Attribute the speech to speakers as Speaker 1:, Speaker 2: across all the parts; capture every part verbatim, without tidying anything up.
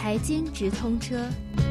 Speaker 1: 财经直通车，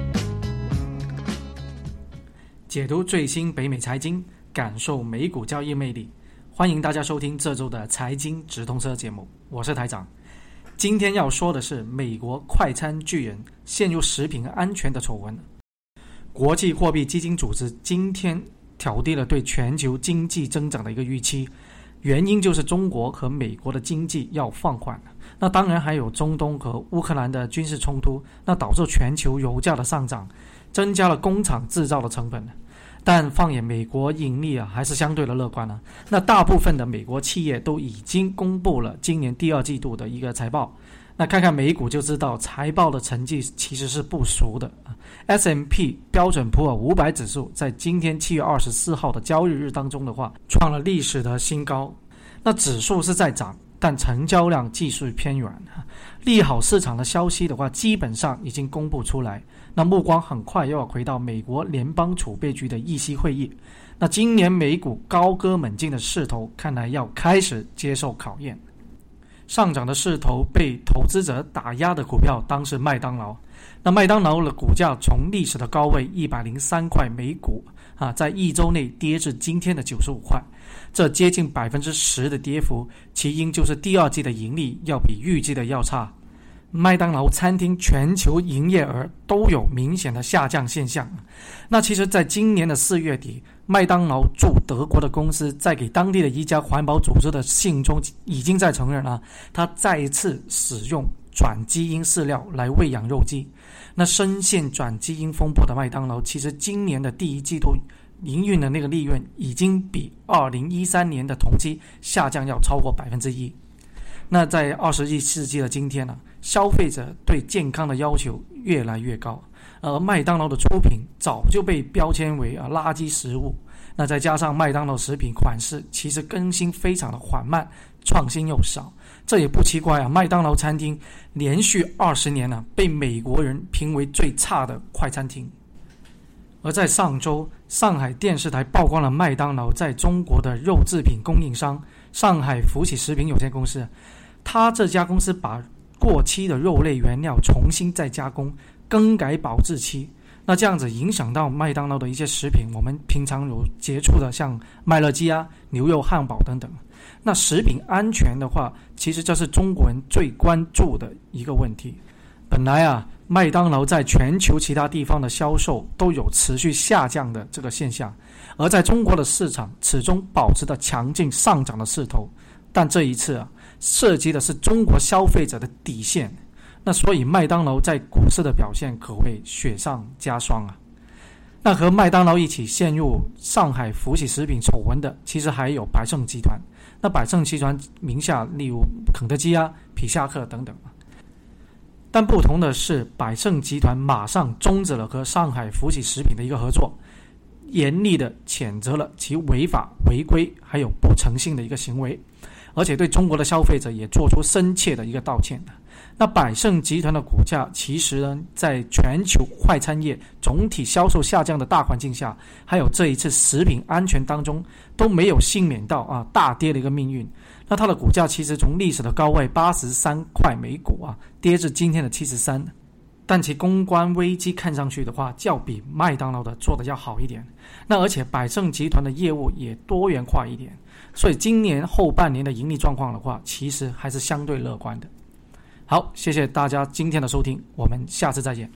Speaker 2: 解读最新北美财经，感受美股交易魅力。欢迎大家收听这周的财经直通车节目，我是台长。今天要说的是美国快餐巨人陷入食品安全的丑闻。国际货币基金组织今天调低了对全球经济增长的一个预期，原因就是中国和美国的经济要放缓。那当然还有中东和乌克兰的军事冲突，那导致全球油价的上涨，增加了工厂制造的成本。但放眼美国盈利啊，还是相对的乐观啊。那大部分的美国企业都已经公布了今年第二季度的一个财报，那看看美股就知道财报的成绩其实是不俗的。 S and P 标准普尔五百指数在今天七月二十四号的交易日当中的话，创了历史的新高。那指数是在涨，但成交量继续偏软。利好市场的消息的话基本上已经公布出来，那目光很快又要回到美国联邦储备局的议息会议。那今年美股高歌猛进的势头看来要开始接受考验。上涨的势头被投资者打压的股票当是麦当劳。那麦当劳的股价从历史的高位一百零三块每股啊，在一周内跌至今天的九十五块，这接近 百分之十 的跌幅，其因就是第二季的盈利要比预计的要差。麦当劳餐厅全球营业额都有明显的下降现象。那其实在今年的四月底，麦当劳驻德国的公司在给当地的一家环保组织的信中已经在承认了，他再一次使用转基因饲料来喂养肉鸡。那深陷转基因风波的麦当劳，其实今年的第一季度营运的那个利润已经比二零一三年的同期下降要超过 百分之一。那在二十一世纪的今天呢、啊，消费者对健康的要求越来越高，而麦当劳的出品早就被标签为啊垃圾食物。那再加上麦当劳食品款式其实更新非常的缓慢，创新又少，这也不奇怪啊。麦当劳餐厅连续二十年呢、啊，被美国人评为最差的快餐厅。而在上周，上海电视台曝光了麦当劳在中国的肉制品供应商上海福喜食品有限公司，他这家公司把过期的肉类原料重新再加工，更改保质期。那这样子影响到麦当劳的一些食品，我们平常有接触的像麦乐鸡啊、牛肉汉堡等等。那食品安全的话，其实这是中国人最关注的一个问题。本来啊，麦当劳在全球其他地方的销售都有持续下降的这个现象，而在中国的市场始终保持着强劲上涨的势头。但这一次啊，涉及的是中国消费者的底线。那所以麦当劳在股市的表现可谓雪上加霜啊。那和麦当劳一起陷入上海福喜食品丑闻的，其实还有百胜集团。那百胜集团名下例如肯德基啊、皮萨克等等。但不同的是，百胜集团马上终止了和上海福喜食品的一个合作，严厉的谴责了其违法违规还有不诚信的一个行为，而且对中国的消费者也做出深切的一个道歉。那百胜集团的股价其实呢，在全球快餐业总体销售下降的大环境下，还有这一次食品安全当中，都没有幸免到啊大跌的一个命运。那它的股价其实从历史的高位八十三块每股啊，跌至今天的七十三。但其公关危机看上去的话，较比麦当劳的做的要好一点。那而且百胜集团的业务也多元化一点，所以今年后半年的盈利状况的话，其实还是相对乐观的。好，谢谢大家今天的收听，我们下次再见。